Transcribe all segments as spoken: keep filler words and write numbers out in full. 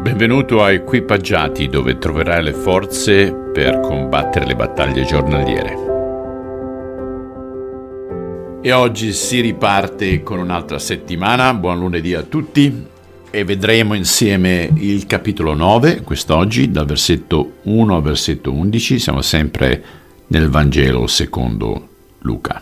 Benvenuto a Equipaggiati, dove troverai le forze per combattere le battaglie giornaliere. E oggi si riparte con un'altra settimana. Buon lunedì a tutti e vedremo insieme il capitolo nove quest'oggi, dal versetto uno al versetto undici. Siamo sempre nel Vangelo secondo Luca.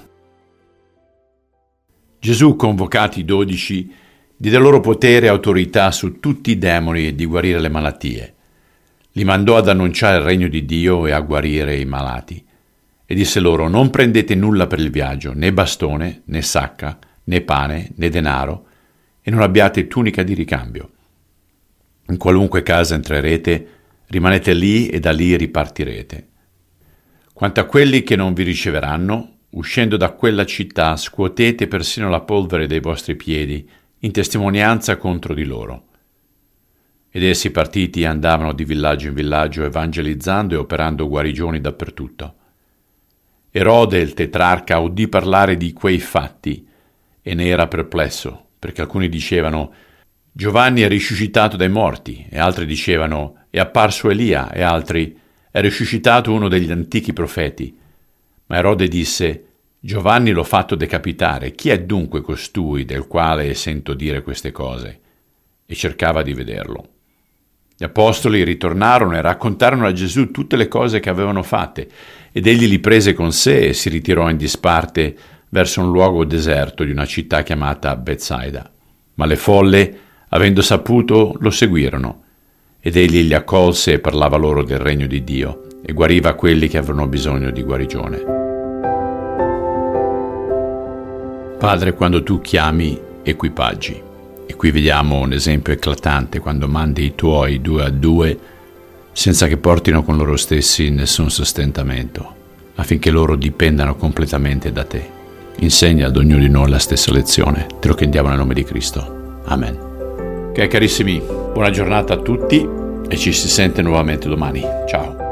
Gesù, convocati i dodici, diede loro potere e autorità su tutti i demoni e di guarire le malattie. Li mandò ad annunciare il regno di Dio e a guarire i malati. E disse loro: non prendete nulla per il viaggio, né bastone, né sacca, né pane, né denaro, e non abbiate tunica di ricambio. In qualunque casa entrerete, rimanete lì e da lì ripartirete. Quanto a quelli che non vi riceveranno, uscendo da quella città, scuotete persino la polvere dei vostri piedi, in testimonianza contro di loro. Ed essi partiti andavano di villaggio in villaggio, evangelizzando e operando guarigioni dappertutto. Erode, il tetrarca, udì parlare di quei fatti e ne era perplesso, perché alcuni dicevano: Giovanni è risuscitato dai morti, e altri dicevano: è apparso Elia, e altri: è risuscitato uno degli antichi profeti. Ma Erode disse: Giovanni l'ho fatto decapitare, chi è dunque costui del quale sento dire queste cose? E cercava di vederlo. Gli apostoli ritornarono e raccontarono a Gesù tutte le cose che avevano fatte, ed egli li prese con sé e si ritirò in disparte verso un luogo deserto di una città chiamata Betsaida. Ma le folle, avendo saputo, lo seguirono, ed egli li accolse e parlava loro del regno di Dio, e guariva quelli che avevano bisogno di guarigione. Padre, quando tu chiami, equipaggi. E qui vediamo un esempio eclatante, quando mandi i tuoi due a due, senza che portino con loro stessi nessun sostentamento, affinché loro dipendano completamente da te. Insegna ad ognuno di noi la stessa lezione. Te lo chiediamo nel nome di Cristo. Amen. Ok, carissimi, buona giornata a tutti e ci si sente nuovamente domani. Ciao.